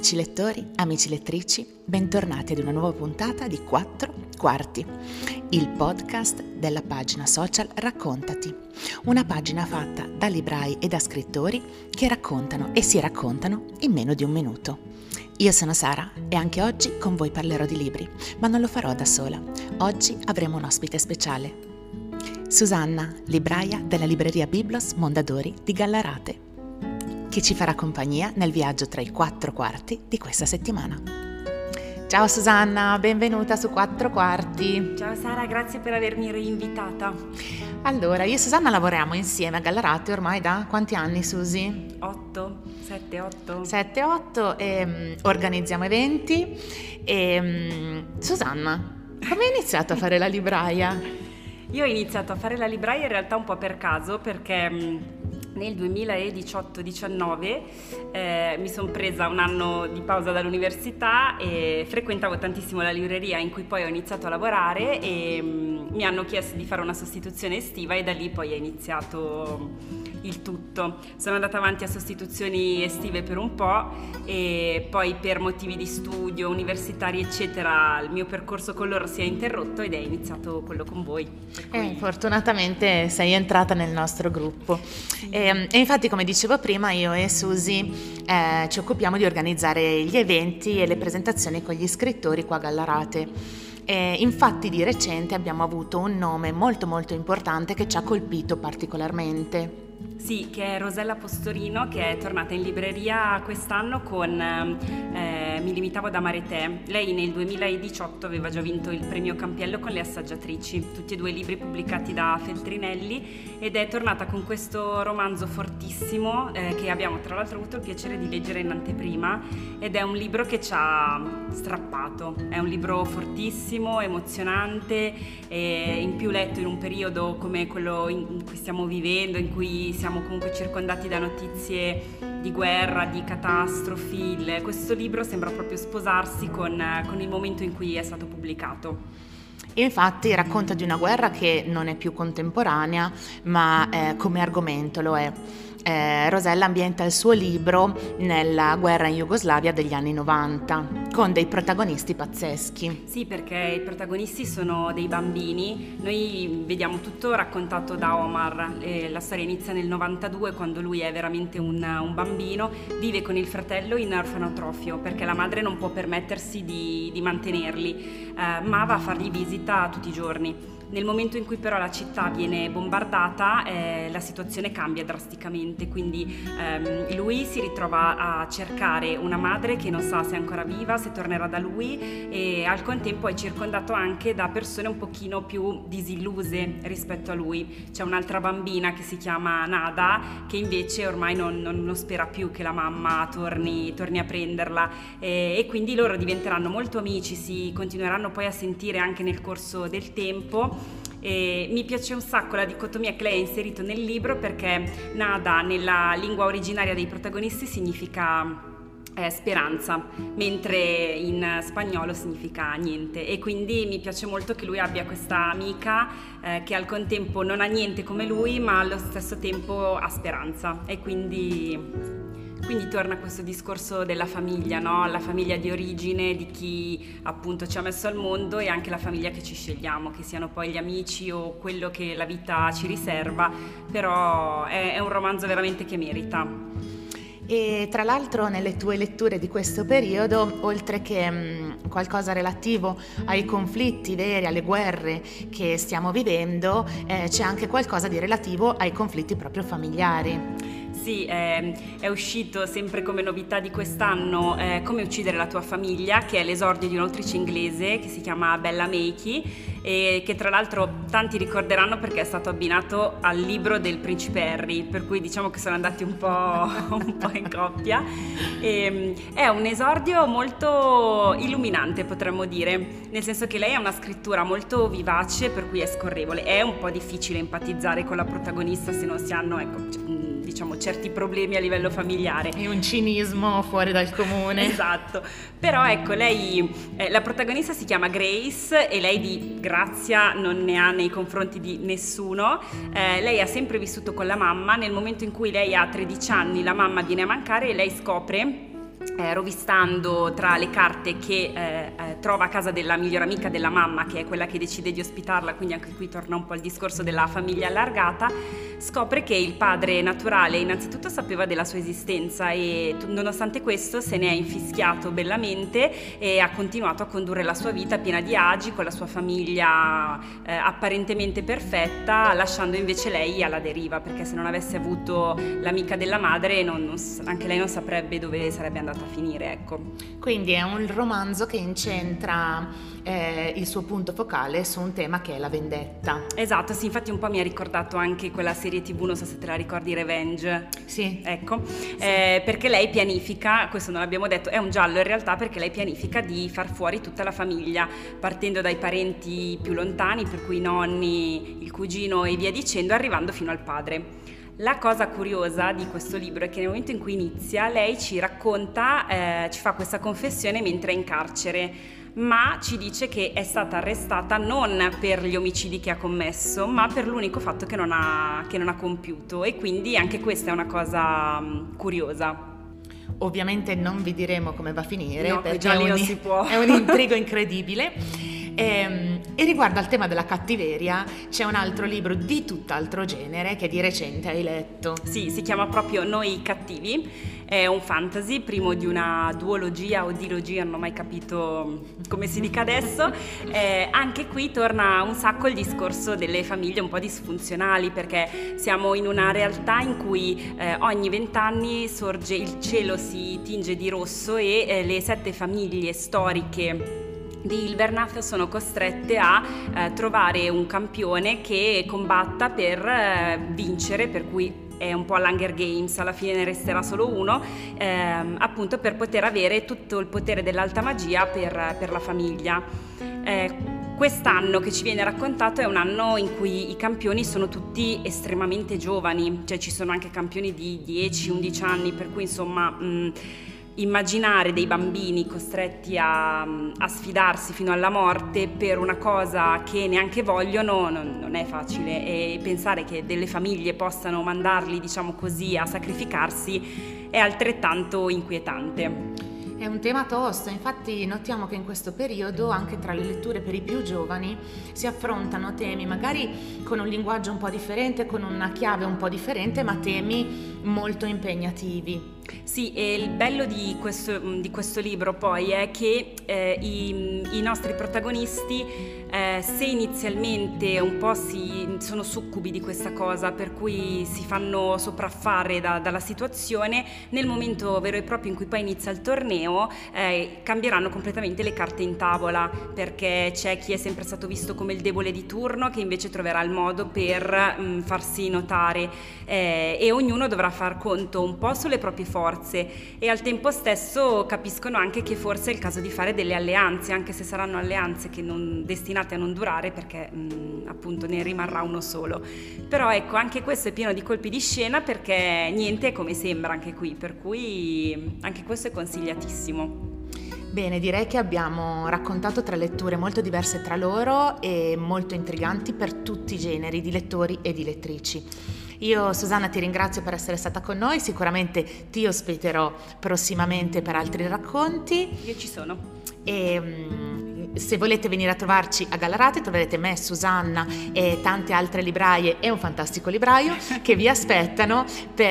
Amici lettori, amici lettrici, bentornati ad una nuova puntata di 4 Quarti, il podcast della pagina social Raccontati, una pagina fatta da librai e da scrittori che raccontano e si raccontano in meno di un minuto. Io sono Sara e anche oggi con voi parlerò di libri, ma non lo farò da sola. Oggi avremo un ospite speciale. Susanna, libraia della libreria Biblos Mondadori di Gallarate, che ci farà compagnia nel viaggio tra i 4 quarti di questa settimana. Ciao Susanna, benvenuta su 4 Quarti. Ciao Sara, grazie per avermi reinvitata. Allora, io e Susanna lavoriamo insieme a Gallarate ormai da quanti anni, Susi? 7-8 e organizziamo eventi. Susanna, come hai iniziato a fare la libraia? Io ho iniziato a fare la libraia in realtà un po' per caso, perché nel 2018-19 mi sono presa un anno di pausa dall'università e frequentavo tantissimo la libreria in cui poi ho iniziato a lavorare e mi hanno chiesto di fare una sostituzione estiva e da lì poi è iniziato il tutto. Sono andata avanti a sostituzioni estive per un po' e poi per motivi di studio, universitari eccetera il mio percorso con loro si è interrotto ed è iniziato quello con voi. Fortunatamente sei entrata nel nostro gruppo. E infatti, come dicevo prima, io e Susi ci occupiamo di organizzare gli eventi e le presentazioni con gli scrittori qua a Gallarate. Infatti di recente abbiamo avuto un nome molto molto importante che ci ha colpito particolarmente. Sì, che è Rosella Postorino, che è tornata in libreria quest'anno con Mi limitavo ad amare te. Lei nel 2018 aveva già vinto il premio Campiello con Le assaggiatrici, tutti e due libri pubblicati da Feltrinelli, ed è tornata con questo romanzo fortissimo che abbiamo tra l'altro avuto il piacere di leggere in anteprima, ed è un libro che ci ha strappato. È un libro fortissimo, emozionante, in più letto in un periodo come quello in cui stiamo vivendo, in cui siamo comunque circondati da notizie di guerra, di catastrofi. Questo libro sembra proprio sposarsi con il momento in cui è stato pubblicato. Infatti racconta di una guerra che non è più contemporanea, ma come argomento lo è. Rosella ambienta il suo libro nella guerra in Jugoslavia degli anni 90, con dei protagonisti pazzeschi. Sì, perché i protagonisti sono dei bambini. Noi vediamo tutto raccontato da Omar. La storia inizia nel 92, quando lui è veramente un bambino, vive con il fratello in orfanotrofio perché la madre non può permettersi di mantenerli, ma va a fargli visita tutti i giorni. Nel momento in cui però la città viene bombardata, la situazione cambia drasticamente, quindi lui si ritrova a cercare una madre che non sa se è ancora viva, se tornerà da lui, e al contempo è circondato anche da persone un pochino più disilluse rispetto a lui. C'è un'altra bambina che si chiama Nada, che invece ormai non spera più che la mamma torni a prenderla, e quindi loro diventeranno molto amici, si continueranno poi a sentire anche nel corso del tempo. E mi piace un sacco la dicotomia che lei ha inserito nel libro, perché Nada nella lingua originaria dei protagonisti significa speranza, mentre in spagnolo significa niente, e quindi mi piace molto che lui abbia questa amica che al contempo non ha niente come lui ma allo stesso tempo ha speranza, e quindi torna questo discorso della famiglia, no? La famiglia di origine di chi appunto ci ha messo al mondo, e anche la famiglia che ci scegliamo, che siano poi gli amici o quello che la vita ci riserva, però è un romanzo veramente che merita. E tra l'altro nelle tue letture di questo periodo, oltre che qualcosa relativo ai conflitti veri, alle guerre che stiamo vivendo, c'è anche qualcosa di relativo ai conflitti proprio familiari. Sì, è uscito sempre come novità di quest'anno Come uccidere la tua famiglia, che è l'esordio di un'autrice inglese che si chiama Bella Mackie, e che tra l'altro tanti ricorderanno perché è stato abbinato al libro del principe Harry, per cui diciamo che sono andati un po' in coppia. È un esordio molto illuminante, potremmo dire, nel senso che lei ha una scrittura molto vivace, per cui è scorrevole. È un po' difficile empatizzare con la protagonista se non si hanno, diciamo, certi problemi a livello familiare. E un cinismo fuori dal comune. Esatto. Però ecco, lei, la protagonista si chiama Grace, e lei di grazia non ne ha nei confronti di nessuno. Lei ha sempre vissuto con la mamma. Nel momento in cui lei ha 13 anni la mamma viene a mancare e lei scopre rovistando tra le carte che trova a casa della migliore amica della mamma, che è quella che decide di ospitarla, quindi anche qui torna un po' il discorso della famiglia allargata, scopre che il padre naturale innanzitutto sapeva della sua esistenza e nonostante questo se ne è infischiato bellamente e ha continuato a condurre la sua vita piena di agi con la sua famiglia apparentemente perfetta, lasciando invece lei alla deriva, perché se non avesse avuto l'amica della madre anche lei non saprebbe dove sarebbe andata a finire, ecco. Quindi è un romanzo che incentra il suo punto focale su un tema che è la vendetta. Esatto, sì, infatti un po' mi ha ricordato anche quella serie TV, non so se te la ricordi, Revenge. Sì. Ecco, sì. Perché lei pianifica, questo non l'abbiamo detto, è un giallo in realtà perché lei pianifica di far fuori tutta la famiglia, partendo dai parenti più lontani, per cui i nonni, il cugino e via dicendo, arrivando fino al padre. La cosa curiosa di questo libro è che nel momento in cui inizia lei ci racconta, ci fa questa confessione mentre è in carcere, ma ci dice che è stata arrestata non per gli omicidi che ha commesso, ma per l'unico fatto che non ha compiuto, e quindi anche questa è una cosa curiosa. Ovviamente non vi diremo come va a finire, no, perché non si può. È un intrigo incredibile. E riguardo al tema della cattiveria c'è un altro libro di tutt'altro genere che di recente hai letto. Sì, si chiama proprio Noi cattivi, è un fantasy, primo di una duologia o dilogia, non ho mai capito come si dica adesso. Anche qui torna un sacco il discorso delle famiglie un po' disfunzionali, perché siamo in una realtà in cui ogni 20 anni sorge, il cielo si tinge di rosso e le 7 famiglie storiche di Hilbernath sono costrette a trovare un campione che combatta per vincere, per cui è un po' all'Hunger Games, alla fine ne resterà solo uno, appunto per poter avere tutto il potere dell'alta magia per la famiglia. Quest'anno che ci viene raccontato è un anno in cui i campioni sono tutti estremamente giovani, cioè ci sono anche campioni di 10-11 anni, per cui insomma immaginare dei bambini costretti a sfidarsi fino alla morte per una cosa che neanche vogliono non è facile, e pensare che delle famiglie possano mandarli, diciamo così, a sacrificarsi è altrettanto inquietante. È un tema tosto, infatti notiamo che in questo periodo anche tra le letture per i più giovani si affrontano temi magari con un linguaggio un po' differente, con una chiave un po' differente, ma temi molto impegnativi. Sì, e il bello di questo libro poi è che i nostri protagonisti, se inizialmente un po' sono succubi di questa cosa, per cui si fanno sopraffare dalla situazione, nel momento vero e proprio in cui poi inizia il torneo cambieranno completamente le carte in tavola, perché c'è chi è sempre stato visto come il debole di turno che invece troverà il modo per farsi notare, e ognuno dovrà far conto un po' sulle proprie forze e al tempo stesso capiscono anche che forse è il caso di fare delle alleanze, anche se saranno alleanze che destinate a non durare, perché appunto ne rimarrà uno solo. Però ecco, anche questo è pieno di colpi di scena, perché niente è come sembra anche qui, per cui anche questo è consigliatissimo. Bene, direi che abbiamo raccontato 3 letture molto diverse tra loro e molto intriganti per tutti i generi di lettori e di lettrici. Io, Susanna, ti ringrazio per essere stata con noi, sicuramente ti ospiterò prossimamente per altri racconti. Io ci sono. E se volete venire a trovarci a Gallarate troverete me, Susanna e tante altre libraie e un fantastico libraio che vi aspettano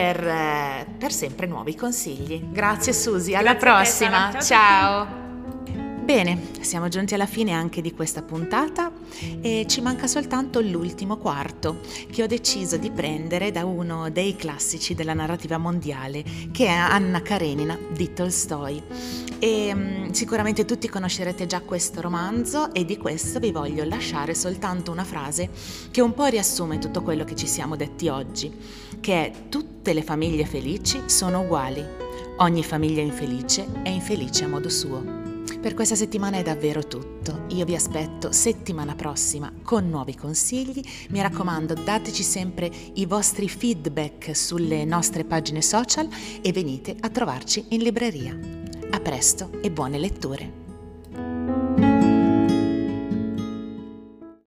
per sempre nuovi consigli. Grazie Susi, alla prossima, ciao! Bene, siamo giunti alla fine anche di questa puntata e ci manca soltanto l'ultimo quarto, che ho deciso di prendere da uno dei classici della narrativa mondiale, che è Anna Karenina di Tolstoi. E sicuramente tutti conoscerete già questo romanzo e di questo vi voglio lasciare soltanto una frase che un po' riassume tutto quello che ci siamo detti oggi, che è: tutte le famiglie felici sono uguali, ogni famiglia infelice è infelice a modo suo. Per questa settimana è davvero tutto. Io vi aspetto settimana prossima con nuovi consigli. Mi raccomando, dateci sempre i vostri feedback sulle nostre pagine social e venite a trovarci in libreria. A presto e buone letture!